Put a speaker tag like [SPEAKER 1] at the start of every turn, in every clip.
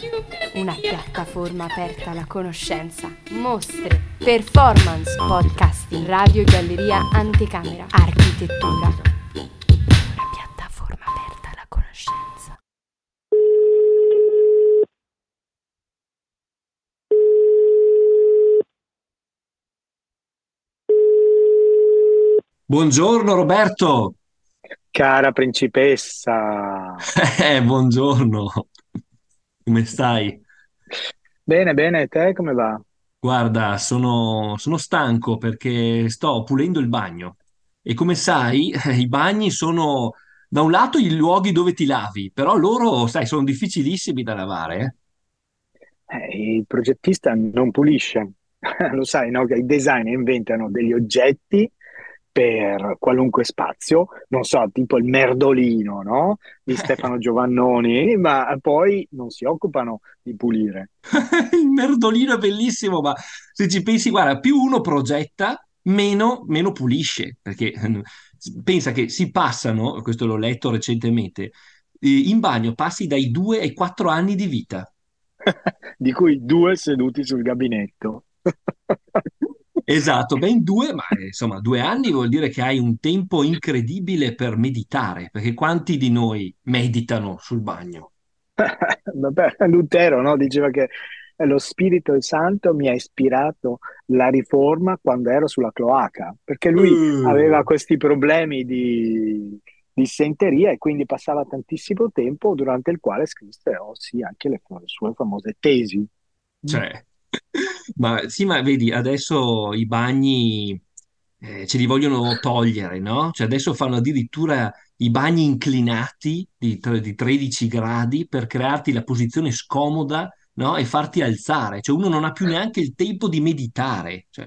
[SPEAKER 1] Una piattaforma aperta alla conoscenza, mostre, performance, podcasting, radio, galleria, anticamera, architettura. Una piattaforma aperta alla conoscenza.
[SPEAKER 2] Buongiorno Roberto.
[SPEAKER 3] Cara principessa,
[SPEAKER 2] Buongiorno, come stai?
[SPEAKER 3] bene, bene, te come va?
[SPEAKER 2] Guarda, sono stanco perché sto pulendo il bagno e come sai, i bagni sono da un lato i luoghi dove ti lavi, però loro, sai, sono difficilissimi da lavare, eh?
[SPEAKER 3] Il progettista non pulisce, lo sai, no? Che i designer inventano degli oggetti per qualunque spazio, non so, tipo il merdolino, no? Di Stefano Giovannoni, ma poi non si occupano di pulire.
[SPEAKER 2] Il merdolino è bellissimo, ma se ci pensi, guarda, più uno progetta, meno pulisce, perché pensa che si passano, questo l'ho letto recentemente, in bagno passi dai 2 ai 4 anni di vita.
[SPEAKER 3] Di cui due seduti sul gabinetto.
[SPEAKER 2] Esatto, ben due, ma insomma, 2 anni vuol dire che hai un tempo incredibile per meditare, perché quanti di noi meditano sul bagno?
[SPEAKER 3] Vabbè, Lutero, no? Diceva che lo Spirito Santo mi ha ispirato la riforma quando ero sulla cloaca, perché lui aveva
[SPEAKER 2] Uh.
[SPEAKER 3] questi problemi di senteria e quindi passava tantissimo tempo durante il quale scrisse, oh sì, anche le sue famose tesi. Mm.
[SPEAKER 2] Cioè, ma sì, ma vedi, adesso i bagni ce li vogliono togliere, no? Cioè adesso fanno addirittura i bagni inclinati di 13 gradi per crearti la posizione scomoda, no? E farti alzare. Cioè uno non ha più neanche il tempo di meditare. Cioè,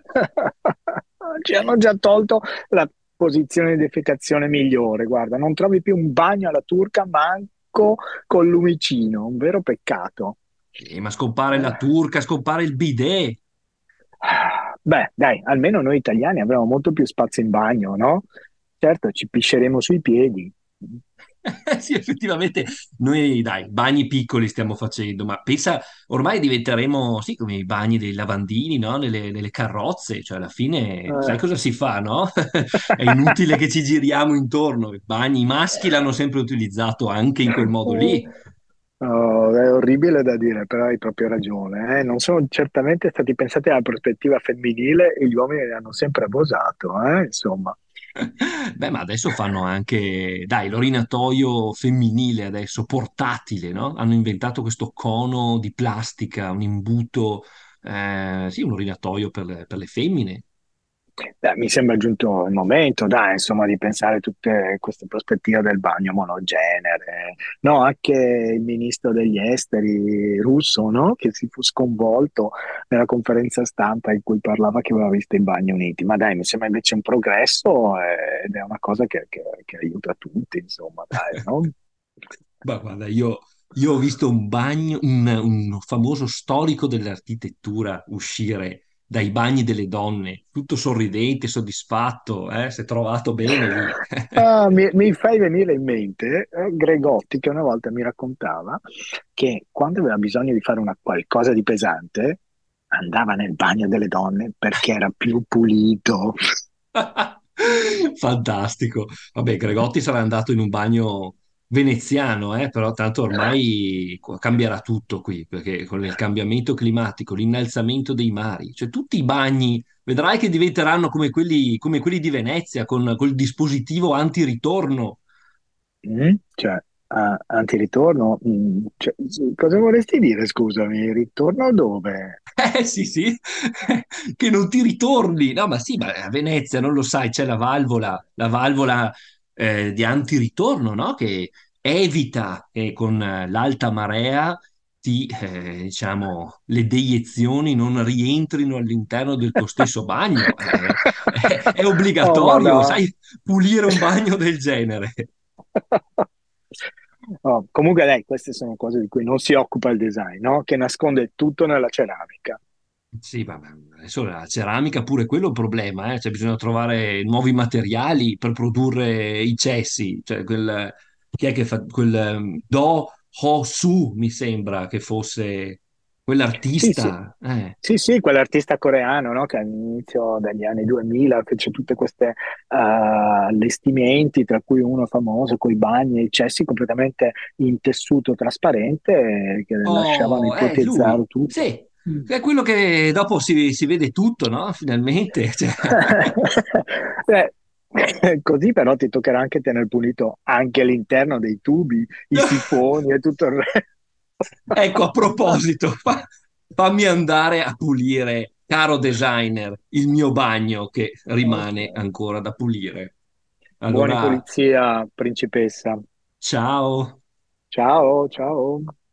[SPEAKER 3] Ci hanno già tolto la posizione di defecazione migliore, guarda, non trovi più un bagno alla turca, manco col lumicino, un vero peccato.
[SPEAKER 2] ma scompare la
[SPEAKER 3] Eh.
[SPEAKER 2] turca, scompare il bidet.
[SPEAKER 3] Beh, dai, almeno noi italiani avremo molto più spazio in bagno, no? Certo, ci pisceremo sui piedi.
[SPEAKER 2] Sì, effettivamente noi, dai, bagni piccoli stiamo facendo, ma pensa, ormai diventeremo, sì, come i bagni dei lavandini, no? Nelle carrozze, cioè alla fine, sai
[SPEAKER 3] Eh.
[SPEAKER 2] cosa si fa, no? È inutile che ci giriamo intorno. I bagni, i maschi l'hanno sempre utilizzato anche in quel modo lì.
[SPEAKER 3] Oh, è orribile da dire, però hai proprio ragione. Non sono certamente stati pensati alla prospettiva femminile e gli uomini ne hanno sempre abusato, insomma.
[SPEAKER 2] Beh, ma adesso fanno anche, dai, l'orinatoio femminile adesso, portatile, no? Hanno inventato questo cono di plastica, un imbuto, sì, un orinatoio per le femmine.
[SPEAKER 3] Beh, mi sembra giunto il momento, dai, insomma, di pensare a tutte queste prospettive del bagno monogenere. No, anche il ministro degli esteri russo, no? Che si fu sconvolto nella conferenza stampa in cui parlava che aveva visto i bagni uniti. Ma dai, mi sembra invece un progresso ed è una cosa che aiuta tutti, insomma, dai, no?
[SPEAKER 2] Ma guarda, io ho visto un bagno, un famoso storico dell'architettura uscire dai bagni delle donne, tutto sorridente, soddisfatto, si è trovato bene lì.
[SPEAKER 3] Ah, mi fai venire in mente Gregotti che una volta mi raccontava che quando aveva bisogno di fare qualcosa di pesante andava nel bagno delle donne perché era più pulito.
[SPEAKER 2] Fantastico. Vabbè, Gregotti sarà andato in un bagno veneziano, però tanto ormai cambierà tutto qui, perché con il cambiamento climatico, l'innalzamento dei mari, cioè tutti i bagni, vedrai che diventeranno come quelli di Venezia, con col dispositivo antiritorno.
[SPEAKER 3] Cioè, antiritorno, cioè, cosa vorresti dire, scusami? Ritorno dove?
[SPEAKER 2] Sì, sì, che non ti ritorni. No, ma sì, ma a Venezia non lo sai, c'è la valvola di antiritorno, no? Che evita che con l'alta marea diciamo, le deiezioni non rientrino all'interno del tuo stesso bagno. È
[SPEAKER 3] Oh,
[SPEAKER 2] obbligatorio,
[SPEAKER 3] Madonna.
[SPEAKER 2] sai, pulire un bagno del genere.
[SPEAKER 3] Oh, comunque, dai, queste sono cose di cui non si occupa il design, no? Che nasconde tutto nella ceramica.
[SPEAKER 2] Sì, vabbè, adesso la ceramica pure quello è un problema, eh? Cioè bisogna trovare nuovi materiali per produrre i cessi, cioè chi è che fa quel Do Ho Su, mi sembra che fosse
[SPEAKER 3] Sì, sì,
[SPEAKER 2] quell'artista.
[SPEAKER 3] sì, sì, quell'artista coreano, no, che all'inizio degli anni 2000 fece tutte queste allestimenti, tra cui uno famoso con i bagni e i cessi completamente in tessuto trasparente che lasciavano
[SPEAKER 2] Oh, lui,
[SPEAKER 3] ipotizzare tutto.
[SPEAKER 2] sì,
[SPEAKER 3] Mm.
[SPEAKER 2] è quello che dopo si vede tutto, no? Finalmente. Cioè,
[SPEAKER 3] Beh, così però ti toccherà anche tenere pulito anche l'interno dei tubi, i sifoni e tutto il resto.
[SPEAKER 2] ecco, a proposito, fammi andare a pulire, caro designer, il mio bagno che
[SPEAKER 3] Ok.
[SPEAKER 2] rimane ancora da pulire.
[SPEAKER 3] Buoni
[SPEAKER 2] Allora,
[SPEAKER 3] polizia, principessa.
[SPEAKER 2] ciao.
[SPEAKER 3] Ciao, ciao.